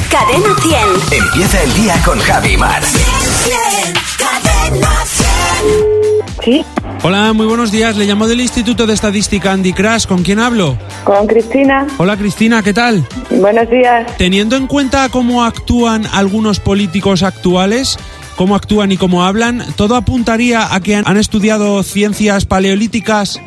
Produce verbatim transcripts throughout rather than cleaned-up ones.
Cadena cien. Empieza el día con Javi Mar. Cadena cien. Sí. Hola, muy buenos días. Le llamo del Instituto de Estadística Andy Crash. ¿Con quién hablo? Con Cristina. Hola, Cristina, ¿qué tal? Buenos días. Teniendo en cuenta cómo actúan algunos políticos actuales, cómo actúan y cómo hablan, todo apuntaría a que han estudiado ciencias paleolíticas.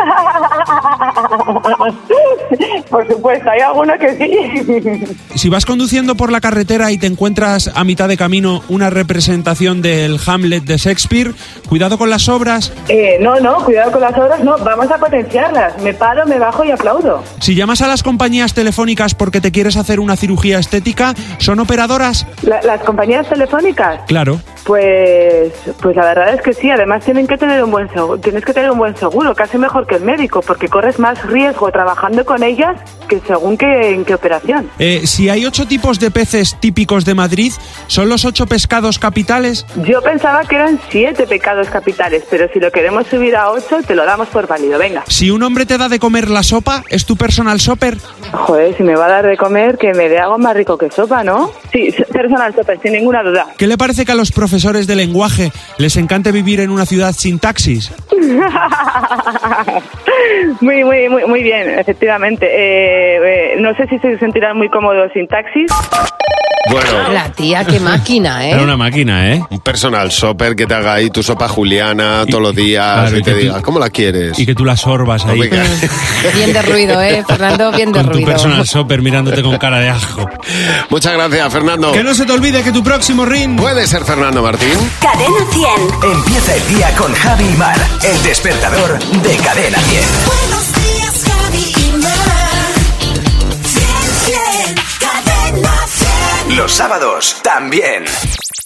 Por supuesto, hay alguno que sí. Si vas conduciendo por la carretera y te encuentras a mitad de camino una representación del Hamlet de Shakespeare, cuidado con las obras. Eh, no, no, cuidado con las obras, no, vamos a potenciarlas. Me paro, me bajo y aplaudo. Si llamas a las compañías telefónicas porque te quieres hacer una cirugía estética, ¿son operadoras? La- ¿Las compañías telefónicas? Claro. Pues, pues la verdad es que sí, además tienen que tener un buen seguro, tienes que tener un buen seguro, casi mejor que el médico, porque corres más riesgo trabajando con ellas que según qué, en qué operación. Eh, si hay ocho tipos de peces típicos de Madrid, ¿son los ocho pescados capitales? Yo pensaba que eran siete pecados capitales, pero si lo queremos subir a ocho, te lo damos por válido, venga. Si un hombre te da de comer la sopa, ¿es tu personal shopper? Joder, si me va a dar de comer, que me dé algo más rico que sopa, ¿no? Sí, personal shopper, sin ninguna duda. ¿Qué le parece que a los profesores de lenguaje les encante vivir en una ciudad sin taxis? Muy, muy, muy, muy bien, efectivamente. Eh, eh, no sé si se sentirán muy cómodos sin taxis. Bueno, La tía, qué máquina, ¿eh? Era una máquina, ¿eh? un personal shopper que te haga ahí tu sopa juliana todos los días Claro, y y te que tú- diga, ¿cómo la quieres? Y que tú la sorbas ahí. Venga. Bien de ruido, ¿eh, Fernando? Bien de Con tu ruido. personal shopper mirándote con cara de ajo. Muchas gracias, Fernando. Que no se te olvide que tu próximo ring... ¿Puede ser Fernando Martín? Cadena cien. Empieza el día con Javi Mar. El despertador de Cadena cien. Buenos días, Javi y Mar. cien, cien. Cadena cien. Los sábados también.